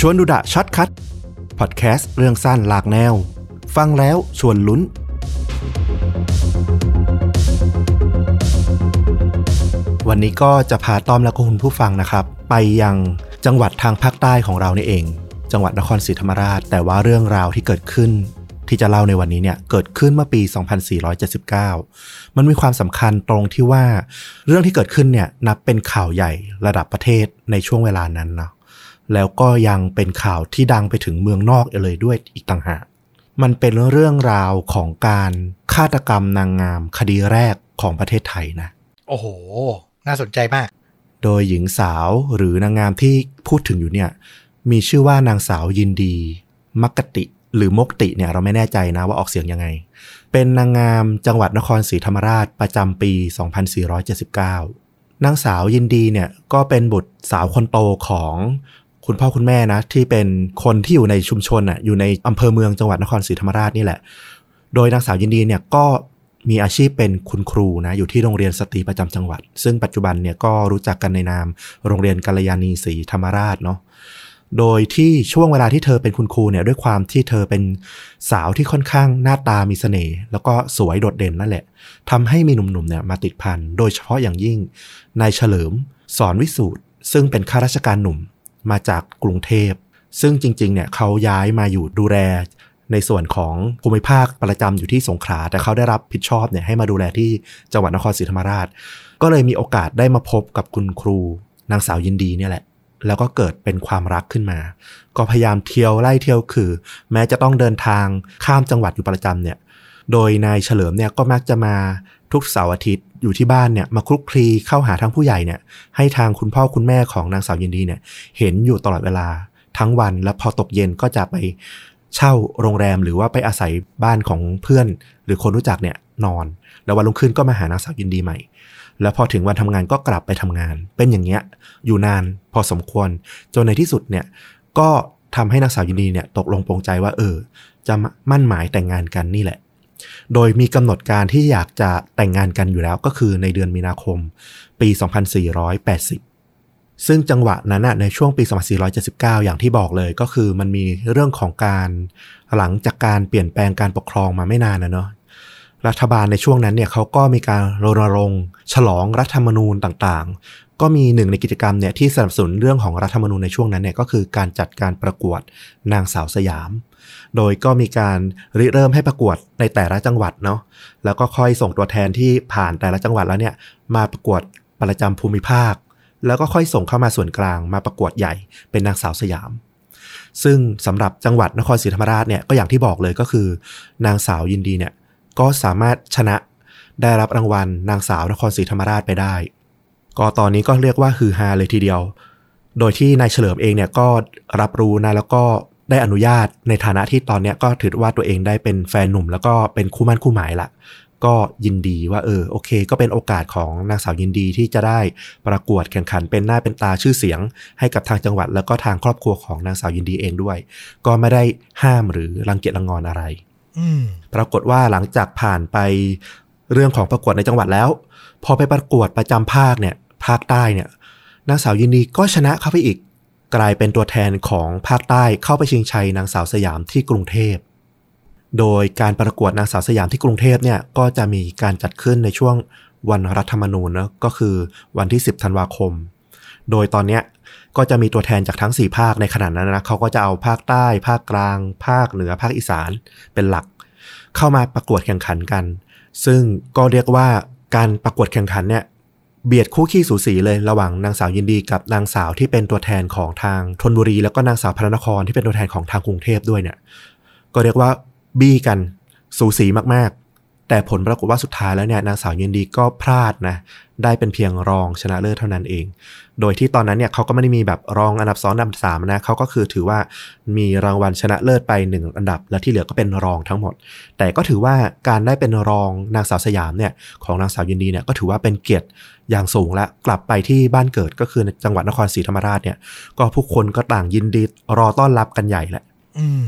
ชวนดูดะช็อตคัทพอดแคสต์เรื่องสั้นหลากแนวฟังแล้วชวนลุ้นวันนี้ก็จะพาต้อมและคุณผู้ฟังนะครับไปยังจังหวัดทางภาคใต้ของเรานี่เองจังหวัดนครศรีธรรมราชแต่ว่าเรื่องราวที่เกิดขึ้นที่จะเล่าในวันนี้เนี่ยเกิดขึ้นเมื่อปี 2479 มันมีความสำคัญตรงที่ว่าเรื่องที่เกิดขึ้นเนี่ยนับเป็นข่าวใหญ่ระดับประเทศในช่วงเวลานั้นเนาะแล้วก็ยังเป็นข่าวที่ดังไปถึงเมืองนอกเลยด้วยอีกต่างหากมันเป็นเรื่องราวของการฆาตกรรมนางงามคดีแรกของประเทศไทยนะโอ้โหน่าสนใจมากโดยหญิงสาวหรือนางงามที่พูดถึงอยู่เนี่ยมีชื่อว่านางสาวยินดีมักกติหรือมกติเนี่ยเราไม่แน่ใจนะว่าออกเสียงยังไงเป็นนางงามจังหวัดนครศรีธรรมราชประจำปี 2479 นางสาวยินดีเนี่ยก็เป็นบุตรสาวคนโตของคุณพ่อคุณแม่นะที่เป็นคนที่อยู่ในชุมชนอยู่ในอำเภอเมืองจังหวัดนครศรีธรรมราชนี่แหละโดยนางสาวยินดีเนี่ยก็มีอาชีพเป็นคุณครูนะอยู่ที่โรงเรียนสตรีประจำจังหวัดซึ่งปัจจุบันเนี่ยก็รู้จักกันในนามโรงเรียนกัลยาณีศรีธรรมราชเนาะโดยที่ช่วงเวลาที่เธอเป็นคุณครูเนี่ยด้วยความที่เธอเป็นสาวที่ค่อนข้างหน้าตามีเสน่ห์แล้วก็สวยโดดเด่นนั่นแหละทำให้มีหนุ่มๆเนี่ยมาติดพันโดยเฉพาะอย่างยิ่งนายเฉลิมสอนวิสูตรซึ่งเป็นข้าราชการหนุ่มมาจากกรุงเทพซึ่งจริงๆเนี่ยเขาย้ายมาอยู่ดูแลในส่วนของภูมิภาคประจำอยู่ที่สงขลาแต่เขาได้รับผิดชอบเนี่ยให้มาดูแลที่จังหวัดนครศรีธรรมราชก็เลยมีโอกาสได้มาพบกับคุณครูนางสาวยินดีเนี่ยแหละแล้วก็เกิดเป็นความรักขึ้นมาก็พยายามเที่ยวไล่เที่ยวคือแม้จะต้องเดินทางข้ามจังหวัดอยู่ประจำเนี่ยโดยนายเฉลิมเนี่ยก็มักจะมาทุกเสาร์อาทิตย์อยู่ที่บ้านเนี่ยมาคลุกคลีเข้าหาทางผู้ใหญ่เนี่ยให้ทางคุณพ่อคุณแม่ของนางสาวยินดีเนี่ยเห็นอยู่ตลอดเวลาทั้งวันแล้วพอตกเย็นก็จะไปเช่าโรงแรมหรือว่าไปอาศัยบ้านของเพื่อนหรือคนรู้จักเนี่ยนอนแล้ววันรุ่งขึ้นก็มาหานางสาวยินดีใหม่แล้วพอถึงวันทำงานก็กลับไปทำงานเป็นอย่างเงี้ยอยู่นานพอสมควรจนในที่สุดเนี่ยก็ทำให้นางสาวยินดีเนี่ยตกลงปลงใจว่าจะมั่นหมายแต่งงานกันนี่แหละโดยมีกำหนดการที่อยากจะแต่งงานกันอยู่แล้วก็คือในเดือนมีนาคมปี 2480 ซึ่งจังหวะนั้นในช่วงปี 2479 อย่างที่บอกเลยก็คือมันมีเรื่องของการหลังจากการเปลี่ยนแปลงการปกครองมาไม่นานเนาะรัฐบาลในช่วงนั้นเนี่ยเขาก็มีการรณรงค์ฉลองรัฐธรรมนูญต่างๆก็มีหนึ่งในกิจกรรมเนี่ยที่สนับสนุนเรื่องของรัฐธรรมนูญในช่วงนั้นเนี่ยก็คือการจัดการประกวดนางสาวสยามโดยก็มีการริเริ่มให้ประกวดในแต่ละจังหวัดเนาะแล้วก็ค่อยส่งตัวแทนที่ผ่านแต่ละจังหวัดแล้วเนี่ยมาประกวดประจำภูมิภาคแล้วก็ค่อยส่งเข้ามาส่วนกลางมาประกวดใหญ่เป็นนางสาวสยามซึ่งสำหรับจังหวัดนครศรีธรรมราชเนี่ยก็อย่างที่บอกเลยก็คือนางสาวยินดีเนี่ยก็สามารถชนะได้รับรางวัลนางสาวนครศรีธรรมราชไปได้ก็ตอนนี้ก็เรียกว่าฮือฮาเลยทีเดียวโดยที่นายเฉลิมเองเนี่ยก็รับรู้นะแล้วก็ได้อนุญาตในฐานะที่ตอนนี้ก็ถือว่าตัวเองได้เป็นแฟนหนุ่มแล้วก็เป็นคู่มั่นคู่หมายละก็ยินดีว่าโอเคก็เป็นโอกาสของนางสาวยินดีที่จะได้ประกวดแข่งขันเป็นหน้าเป็นตาชื่อเสียงให้กับทางจังหวัดแล้วก็ทางครอบครัวของนางสาวยินดีเองด้วยก็ไม่ได้ห้ามหรือรังเกียจรังงอนอะไรปรากฏว่าหลังจากผ่านไปเรื่องของประกวดในจังหวัดแล้วพอไปประกวดประจำภาคเนี่ยภาคใต้เนี่ยนางสาวยินดีก็ชนะเข้าไปอีกกลายเป็นตัวแทนของภาคใต้เข้าไปชิงชัยนางสาวสยามที่กรุงเทพโดยการประกวดนางสาวสยามที่กรุงเทพเนี่ยก็จะมีการจัดขึ้นในช่วงวันรัฐธรรมนูญนะก็คือวันที่10ธันวาคมโดยตอนเนี้ยก็จะมีตัวแทนจากทั้ง4ภาคในขณะนั้นนะเขาก็จะเอาภาคใต้ภาคกลางภาคเหนือภาคอีสานเป็นหลักเข้ามาประกวดแข่งขันกันซึ่งก็เรียกว่าการประกวดแข่งขันเนี่ยเบียดคู่ขี้สูสีเลยระหว่างนางสาวยินดีกับนางสาวที่เป็นตัวแทนของทางธนบุรีแล้วก็นางสาวพระนครที่เป็นตัวแทนของทางกรุงเทพด้วยเนี่ยก็เรียกว่าบี้กันสูสีมากๆแต่ผลปรากฏว่าสุดท้ายแล้วเนี่ยนางสาวยินดีก็พลาดนะได้เป็นเพียงรองชนะเลิศเท่านั้นเองโดยที่ตอนนั้นเนี่ยเขาก็ไม่ได้มีแบบรองอันดับ2อันดับ3นะเขาก็คือถือว่ามีรางวัลชนะเลิศไป1อันดับและที่เหลือก็เป็นรองทั้งหมดแต่ก็ถือว่าการได้เป็นรองนางสาวสยามเนี่ยของนางสาวยินดีเนี่ยก็ถือว่าเป็นเกียรติอย่างสูงและกลับไปที่บ้านเกิดก็คือจังหวัดนครศรีธรรมราชเนี่ยก็ผู้คนก็ต่างยินดีรอต้อนรับกันใหญ่แหละ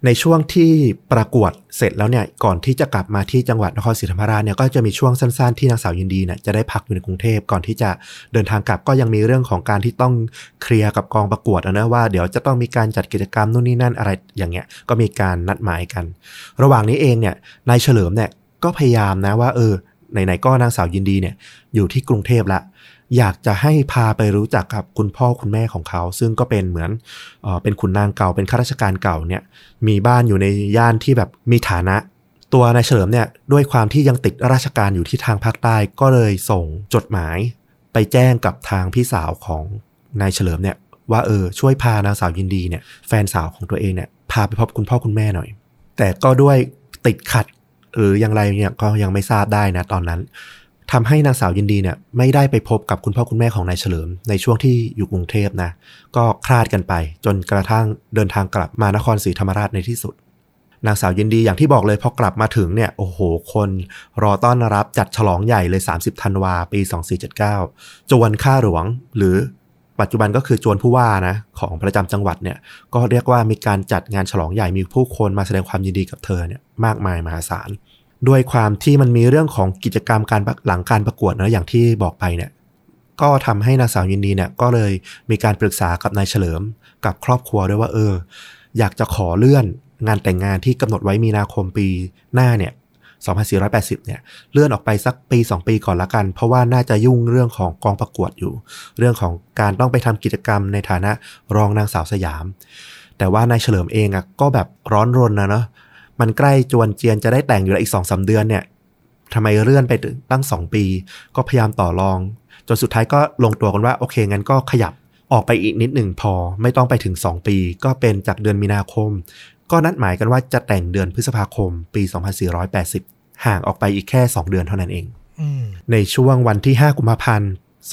ในช่วงที่ประกวดเสร็จแล้วเนี่ยก่อนที่จะกลับมาที่จังหวัดนครศรีธรรมราชเนี่ยก็จะมีช่วงสั้นๆที่นางสาวยินดีเนี่ยจะได้พักอยู่ในกรุงเทพก่อนที่จะเดินทางกลับก็ยังมีเรื่องของการที่ต้องเคลียร์กับกองประกวดนะว่าเดี๋ยวจะต้องมีการจัดกิจกรรมนู่นนี่นั่นอะไรอย่างเงี้ยก็มีการนัดหมายกันระหว่างนี้เองเนี่ยนายเฉลิมเนี่ยก็พยายามนะว่าไหนๆก็นางสาวยินดีเนี่ยอยู่ที่กรุงเทพละอยากจะให้พาไปรู้จักกับคุณพ่อคุณแม่ของเขาซึ่งก็เป็นเหมือนเป็นขุนนางเก่าเป็นข้าราชการเก่าเนี่ยมีบ้านอยู่ในย่านที่แบบมีฐานะตัวนายเฉลิมเนี่ยด้วยความที่ยังติดราชการอยู่ที่ทางภาคใต้ก็เลยส่งจดหมายไปแจ้งกับทางพี่สาวของนายเฉลิมเนี่ยว่าช่วยพานางสาวยินดีเนี่ยแฟนสาวของตัวเองเนี่ยพาไปพบคุณพ่อคุณแม่หน่อยแต่ก็ด้วยติดขัดหรืออย่างไรเนี่ยก็ยังไม่ทราบได้นะตอนนั้นทำให้นางสาวยินดีเนี่ยไม่ได้ไปพบกับคุณพ่อคุณแม่ของนายเฉลิมในช่วงที่อยู่กรุงเทพนะก็คลาดกันไปจนกระทั่งเดินทางกลับมานครศรีธรรมราชในที่สุดนางสาวยินดีอย่างที่บอกเลยพอกลับมาถึงเนี่ยโอ้โหคนรอต้อนรับจัดฉลองใหญ่เลย30ธันวาปี2479จวนข้าหลวงหรือปัจจุบันก็คือจวนผู้ว่านะของประจำจังหวัดเนี่ยก็เรียกว่ามีการจัดงานฉลองใหญ่มีผู้คนมาแสดงความยินดีกับเธอเนี่ยมากมายมหาศาลด้วยความที่มันมีเรื่องของกิจกรรมการหลังการประกวดนะอย่างที่บอกไปเนี่ยก็ทำให้นางสาวยินดีเนี่ยก็เลยมีการปรึกษากับนายเฉลิมกับครอบครัวด้วยว่าอยากจะขอเลื่อนงานแต่งงานที่กำหนดไว้มีนาคมปีหน้าเนี่ย2480เนี่ยเลื่อนออกไปสักปี2ปีก่อนละกันเพราะว่าน่าจะยุ่งเรื่องของกองประกวดอยู่เรื่องของการต้องไปทำกิจกรรมในฐานะรองนางสาวสยามแต่ว่านายเฉลิมเองก็แบบร้อนรนนะเนาะมันใกล้จวนเจียนจะได้แต่งอยู่แล้วอีก 2-3 เดือนเนี่ยทำไมเลื่อนไปตั้ง2ปีก็พยายามต่อรองจนสุดท้ายก็ลงตัวกันว่าโอเคงั้นก็ขยับออกไปอีกนิดหนึ่งพอไม่ต้องไปถึง2ปีก็เป็นจากเดือนมีนาคมก็นัดหมายกันว่าจะแต่งเดือนพฤษภาคมปี2480ห่างออกไปอีกแค่2เดือนเท่านั้นเองในช่วงวันที่5กุมภาพันธ์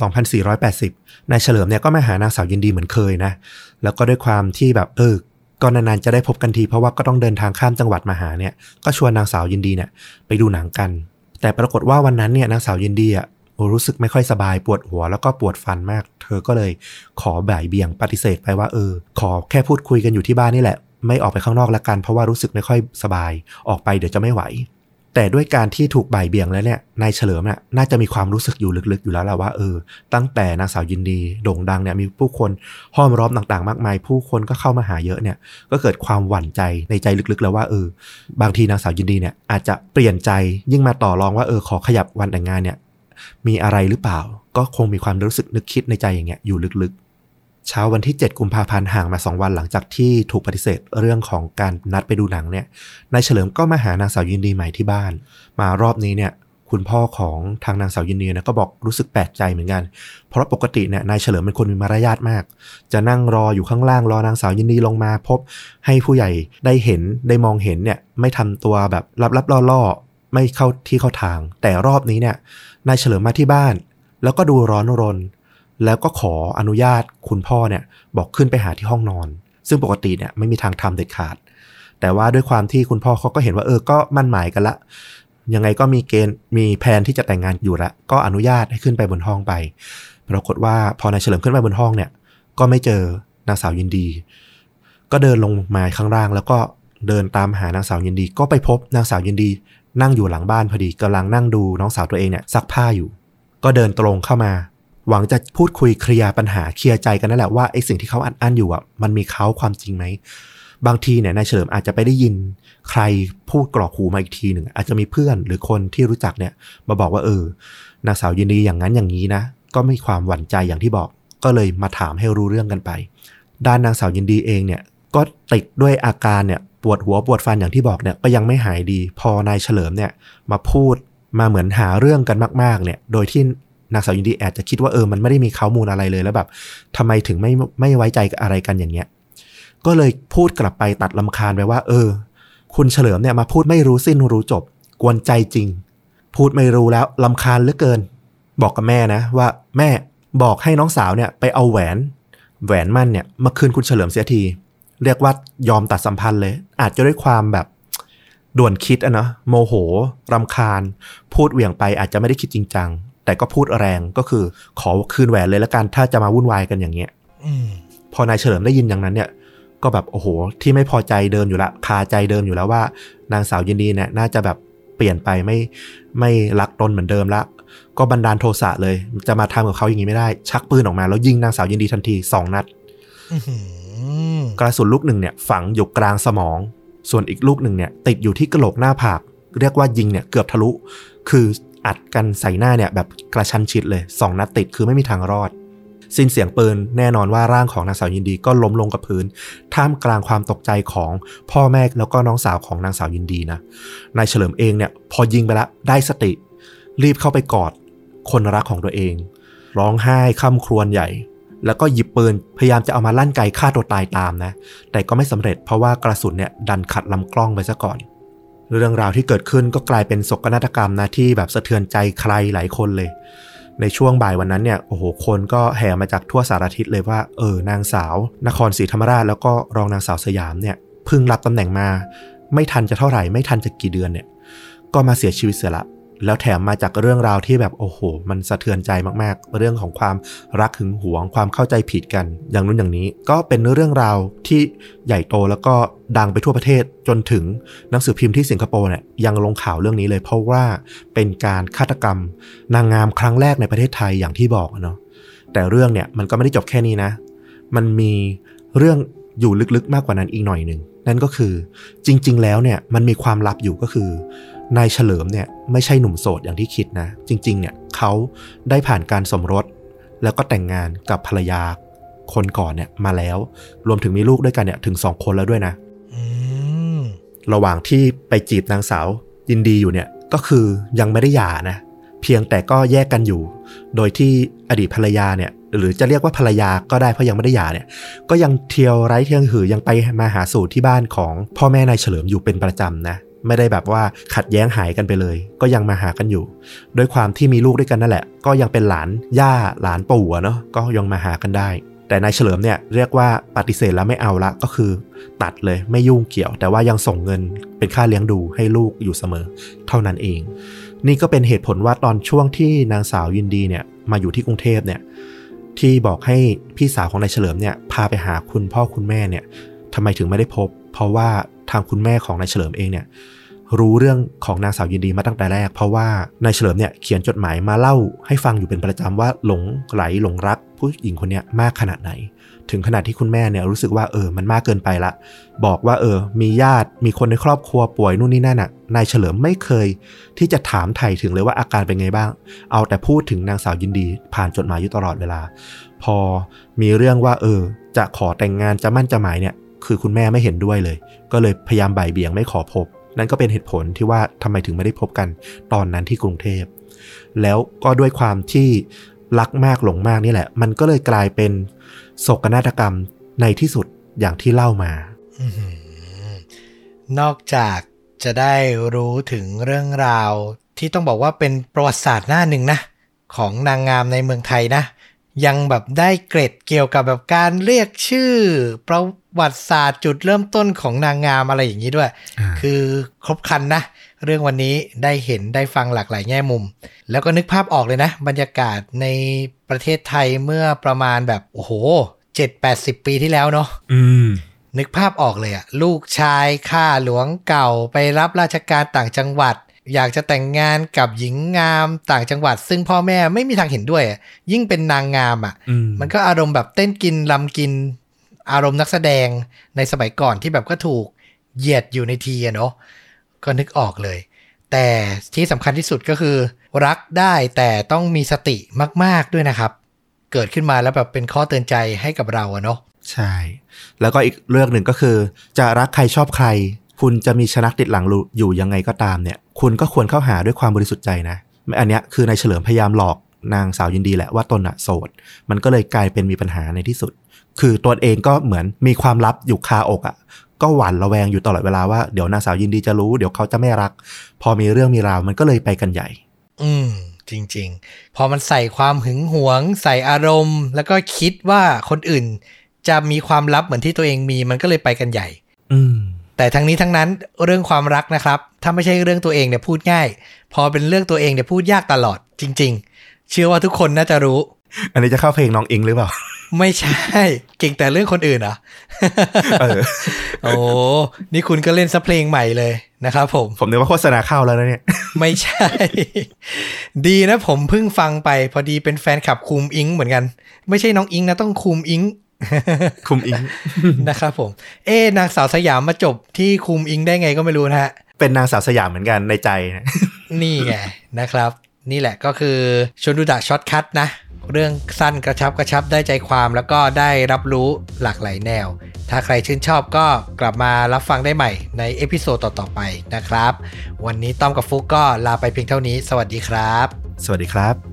2480นายเฉลิมเนี่ยก็มาหานางสาวยินดีเหมือนเคยนะแล้วก็ด้วยความที่แบบก็นานๆจะได้พบกันทีเพราะว่าก็ต้องเดินทางข้ามจังหวัดมาหาเนี่ยก็ชวนนางสาวยินดีเนี่ยไปดูหนังกันแต่ปรากฏว่าวันนั้นเนี่ยนางสาวยินดีรู้สึกไม่ค่อยสบายปวดหัวแล้วก็ปวดฟันมากเธอก็เลยขอบ่ายเบี่ยงปฏิเสธไปว่าขอแค่พูดคุยกันอยู่ที่บ้านนี่แหละไม่ออกไปข้างนอกละกันเพราะว่ารู้สึกไม่ค่อยสบายออกไปเดี๋ยวจะไม่ไหวแต่ด้วยการที่ถูกบ่ายเบี่ยงแล้วเนี่ยนายเฉลิมน่าจะมีความรู้สึกอยู่ลึกๆอยู่แล้วแหละว่าตั้งแต่นางสาวยินดีโด่งดังเนี่ยมีผู้คนห้อมล้อมต่างๆมากมายผู้คนก็เข้ามาหาเยอะเนี่ยก็เกิดความหวั่นใจในใจลึกๆแล้วว่าบางทีนางสาวยินดีเนี่ยอาจจะเปลี่ยนใจยิ่งมาต่อรองว่าขอขยับวันแต่งงานเนี่ยมีอะไรหรือเปล่าก็คงมีความรู้สึกนึกคิดในใจอย่างเงี้ยอยู่ลึกๆเช้าวันที่7กุมภาพันธ์ห่างมา2วันหลังจากที่ถูกปฏิเสธเรื่องของการนัดไปดูหนังเนี่ยนายเฉลิมก็มาหานางสาวยินดีใหม่ที่บ้านมารอบนี้เนี่ยคุณพ่อของทางนางสาวยินดีนะก็บอกรู้สึกแปลกใจเหมือนกันเพราะปกติเนี่ยนายเฉลิมเป็นคนมีมารยาทมากจะนั่งรออยู่ข้างล่างรอนางสาวยินดีลงมาพบให้ผู้ใหญ่ได้เห็นได้มองเห็นเนี่ยไม่ทำตัวแบบลับๆล่อๆไม่เข้าที่เข้าทางแต่รอบนี้เนี่ยนายเฉลิมมาที่บ้านแล้วก็ดูร้อนรนแล้วก็ขออนุญาตคุณพ่อเนี่ยบอกขึ้นไปหาที่ห้องนอนซึ่งปกติเนี่ยไม่มีทางทำเด็ดขาดแต่ว่าด้วยความที่คุณพ่อเขาก็เห็นว่าก็มั่นหมายกันละยังไงก็มีเกณฑ์มีแผนที่จะแต่งงานอยู่ละก็อนุญาตให้ขึ้นไปบนห้องไปปรากฏว่าพอนายเฉลิมขึ้นไปบนห้องเนี่ยก็ไม่เจอนางสาวยินดีก็เดินลงมาข้างล่างแล้วก็เดินตามหานางสาวยินดีก็ไปพบนางสาวยินดีนั่งอยู่หลังบ้านพอดีกำลังนั่งดูน้องสาวตัวเองเนี่ยซักผ้าอยู่ก็เดินตรงเข้ามาหวังจะพูดคุยเคลียร์ปัญหาเคลียร์ใจกันนั่นแหละว่าไอ้สิ่งที่เขาอัดอยู่มันมีเขาความจริงไหมบางทีเนี่ยนายเฉลิมอาจจะไปได้ยินใครพูดกรอกหูมาอีกทีหนึ่งอาจจะมีเพื่อนหรือคนที่รู้จักเนี่ยมาบอกว่านางสาวยินดีอย่างนั้นอย่างนี้นะก็มีความหวั่นใจอย่างที่บอกก็เลยมาถามให้รู้เรื่องกันไปด้านนางสาวยินดีเองเนี่ยก็ติดด้วยอาการเนี่ยปวดหัวปวดฟันอย่างที่บอกเนี่ยก็ยังไม่หายดีพอนายเฉลิมเนี่ยมาพูดมาเหมือนหาเรื่องกันมากๆเนี่ยโดยที่นางสาวยินดีอาจจะคิดว่ามันไม่ได้มีข้อมูลอะไรเลยแล้วแบบทำไมถึงไม่ไว้ใจอะไรกันอย่างเงี้ยก็เลยพูดกลับไปตัดรำคาญไปว่าคุณเฉลิมเนี่ยมาพูดไม่รู้สิ้นรู้จบกวนใจจริงพูดไม่รู้แล้วรำคาญเหลือเกินบอกกับแม่นะว่าแม่บอกให้น้องสาวเนี่ยไปเอาแหวนมั่นเนี่ยมาคืนคุณเฉลิมเสียทีเรียกว่ายอมตัดสัมพันธ์เลยอาจจะด้วยความแบบด่วนคิดนะโมโหรำคาญพูดเหวี่ยงไปอาจจะไม่ได้คิดจริงจังแต่ก็พูดแรงก็คือขอคืนแหวนเลยละกันถ้าจะมาวุ่นวายกันอย่างเงี้ยพอนายเฉลิมได้ยินอย่างนั้นเนี่ยก็แบบโอ้โหที่ไม่พอใจเดิมอยู่ละคาใจเดิมอยู่แล้วว่านางสาวยินดีเนี่ยน่าจะแบบเปลี่ยนไปไม่รักตนเหมือนเดิมละก็บันดาลโทสะเลยจะมาทำกับเขาอย่างนี้ไม่ได้ชักปืนออกมาแล้วยิงนางสาวยินดีทันที2 นัดกระสุนลูกหนึ่งเนี่ยฝังอยู่กลางสมองส่วนอีกลูกหนึ่งเนี่ยติดอยู่ที่กะโหลกหน้าผากเรียกว่ายิงเนี่ยเกือบทะลุคืออัดกันใส่หน้าเนี่ยแบบกระชั้นชิดเลย2 นัดติดคือไม่มีทางรอดสิ้นเสียงปืนแน่นอนว่าร่างของนางสาวยินดีก็ล้มลงกับพื้นท่ามกลางความตกใจของพ่อแม่แล้วก็น้องสาวของนางสาวยินดีนะนายเฉลิมเองเนี่ยพอยิงไปแล้วได้สติรีบเข้าไปกอดคนรักของตัวเองร้องไห้คร่ำครวญใหญ่แล้วก็หยิบปืนพยายามจะเอามาลั่นไกฆ่าตัวตายตามนะแต่ก็ไม่สำเร็จเพราะว่ากระสุนเนี่ยดันขัดลำกล้องไปซะก่อนเรื่องราวที่เกิดขึ้นก็กลายเป็นโศกนาฏกรรมนะที่แบบสะเทือนใจใครหลายคนเลยในช่วงบ่ายวันนั้นเนี่ยโอ้โหคนก็แห่มาจากทั่วสารทิศเลยว่านางสาวนครศรีธรรมราชแล้วก็รองนางสาวสยามเนี่ยเพิ่งรับตำแหน่งมาไม่ทันจะเท่าไหร่ไม่ทันจะกี่เดือนเนี่ยก็มาเสียชีวิตเสียละแล้วแถมมาจากเรื่องราวที่แบบโอ้โหมันสะเทือนใจมากๆเรื่องของความรักหึงหวงความเข้าใจผิดกันอย่างนู้นอย่างนี้ก็เป็นเรื่องราวที่ใหญ่โตแล้วก็ดังไปทั่วประเทศจนถึงหนังสือพิมพ์ที่สิงคโปร์เนี่ยยังลงข่าวเรื่องนี้เลยเพราะว่าเป็นการฆาตกรรมนางงามครั้งแรกในประเทศไทยอย่างที่บอกเนาะแต่เรื่องเนี่ยมันก็ไม่ได้จบแค่นี้นะมันมีเรื่องอยู่ลึกๆมากกว่านั้นอีกหน่อยนึงนั่นก็คือจริงๆแล้วเนี่ยมันมีความลับอยู่ก็คือนายเฉลิมเนี่ยไม่ใช่หนุ่มโสดอย่างที่คิดนะจริงๆเนี่ยเขาได้ผ่านการสมรสแล้วก็แต่งงานกับภรรยาคนก่อนเนี่ยมาแล้วรวมถึงมีลูกด้วยกันเนี่ยถึง2 คนแล้วด้วยนะระหว่างที่ไปจีบนางสาวยินดีอยู่เนี่ยก็คือยังไม่ได้หย่านะเพียงแต่ก็แยกกันอยู่โดยที่อดีตภรรยาเนี่ยหรือจะเรียกว่าภรรยาก็ได้เพราะยังไม่ได้หย่าเนี่ยก็ยังเที่ยวไร้เที่ยงหือยังไปมาหาสู่ที่บ้านของพ่อแม่นายเฉลิมอยู่เป็นประจำนะไม่ได้แบบว่าขัดแย้งหายกันไปเลยก็ยังมาหากันอยู่ด้วยความที่มีลูกด้วยกันนั่นแหละก็ยังเป็นหลานย่าหลานปู่เนาะก็ยังมาหากันได้แต่นายเฉลิมเนี่ยเรียกว่าปฏิเสธแล้วไม่เอาละก็คือตัดเลยไม่ยุ่งเกี่ยวแต่ว่ายังส่งเงินเป็นค่าเลี้ยงดูให้ลูกอยู่เสมอเท่านั้นเองนี่ก็เป็นเหตุผลว่าตอนช่วงที่นางสาวยินดีเนี่ยมาอยู่ที่กรุงเทพเนี่ยที่บอกให้พี่สาวของนายเฉลิมเนี่ยพาไปหาคุณพ่อคุณแม่เนี่ยทำไมถึงไม่ได้พบเพราะว่าทางคุณแม่ของนายเฉลิมเองเนี่ยรู้เรื่องของนางสาวยินดีมาตั้งแต่แรกเพราะว่านายเฉลิมเนี่ยเขียนจดหมายมาเล่าให้ฟังอยู่เป็นประจำว่าหลงไหลหลงรักผู้หญิงคนนี้มากขนาดไหนถึงขนาดที่คุณแม่เนี่ยรู้สึกว่ามันมากเกินไปละบอกว่ามีญาติมีคนในครอบครัวป่วยนู่นนี่นั่นน่ะนายเฉลิมไม่เคยที่จะถามไถ่ถึงเลยว่าอาการเป็นไงบ้างเอาแต่พูดถึงนางสาวยินดีผ่านจดหมายอยู่ตลอดเวลาพอมีเรื่องว่าจะขอแต่งงานจะมั่นจะหมายเนี่ยคือคุณแม่ไม่เห็นด้วยเลยก็เลยพยายามบ่ายเบี่ยงไม่ขอพบนั่นก็เป็นเหตุผลที่ว่าทำไมถึงไม่ได้พบกันตอนนั้นที่กรุงเทพแล้วก็ด้วยความที่รักมากหลงมากนี่แหละมันก็เลยกลายเป็นโศกนาฏกรรมในที่สุดอย่างที่เล่ามนอกจากจะได้รู้ถึงเรื่องราวที่ต้องบอกว่าเป็นประวัติศาสตร์หน้าหนึ่งนะของนางงามในเมืองไทยนะยังแบบได้เกร็ดเกี่ยวกับแบบการเรียกชื่อประวัติศาสตร์จุดเริ่มต้นของนางงามอะไรอย่างนี้ด้วยคือครบครันนะเรื่องวันนี้ได้เห็นได้ฟังหลากหลายแง่มุมแล้วก็นึกภาพออกเลยนะบรรยากาศในประเทศไทยเมื่อประมาณแบบโอ้โห 7-80 ปีที่แล้วเนาะนึกภาพออกเลยอะลูกชายข้าหลวงเก่าไปรับราชการต่างจังหวัดอยากจะแต่งงานกับหญิงงามต่างจังหวัดซึ่งพ่อแม่ไม่มีทางเห็นด้วยยิ่งเป็นนางงามมันก็อารมณ์แบบเต้นกินรำกินอารมณ์นักแสดงในสมัยก่อนที่แบบก็ถูกเหยียดอยู่ในทีเนาะก็นึกออกเลยแต่ที่สำคัญที่สุดก็คือรักได้แต่ต้องมีสติมากๆด้วยนะครับเกิดขึ้นมาแล้วแบบเป็นข้อเตือนใจให้กับเราเนาะใช่แล้วก็อีกเรื่องหนึ่งก็คือจะรักใครชอบใครคุณจะมีชนักติดหลังอยู่ยังไงก็ตามเนี่ยคุณก็ควรเข้าหาด้วยความบริสุทธิ์ใจนะอันเนี้ยคือนายเฉลิมพยายามหลอกนางสาวยินดีแหละว่าตนโสดมันก็เลยกลายเป็นมีปัญหาในที่สุดคือตัวเองก็เหมือนมีความลับอยู่คาอกก็หวั่นระแวงอยู่ตลอดเวลาว่าเดี๋ยวนางสาวยินดีจะรู้เดี๋ยวเขาจะไม่รักพอมีเรื่องมีราวมันก็เลยไปกันใหญ่จริงๆพอมันใส่ความหึงหวงใส่อารมณ์แล้วก็คิดว่าคนอื่นจะมีความลับเหมือนที่ตัวเองมีมันก็เลยไปกันใหญ่แต่ทั้งนี้ทั้งนั้นเรื่องความรักนะครับถ้าไม่ใช่เรื่องตัวเองเนี่ยพูดง่ายพอเป็นเรื่องตัวเองเนี่ยพูดยากตลอดจริงๆเชื่อว่าทุกคนน่าจะรู้อันนี้จะเข้าเพลงน้องอิงหรือเปล่าไม่ใช่เก่งแต่เรื่องคนอื่นเหรอโอ้นี่คุณก็เล่นซะเพลงใหม่เลยนะครับผมนึกว่าโฆษณาเข้าแล้วนะเนี่ยไม่ใช่ดีนะผมเพิ่งฟังไปพอดีเป็นแฟนคลับคุมอิงเหมือนกันไม่ใช่น้องอิงนะต้องคุมอิงคุมอิงนะครับผมนางสาวสยามมาจบที่คุมอิงได้ไงก็ไม่รู้นะฮะเป็นนางสาวสยามเหมือนกันในใจนะนี่ไงนะครับนี่แหละก็คือชนดูดะช็อตคัทนะเรื่องสั้นกระชับได้ใจความแล้วก็ได้รับรู้หลากหลายแนวถ้าใครชื่นชอบก็กลับมารับฟังได้ใหม่ในเอพิโซดต่อๆไปนะครับวันนี้ต้อมกับฟุกก็ลาไปเพียงเท่านี้สวัสดีครับสวัสดีครับ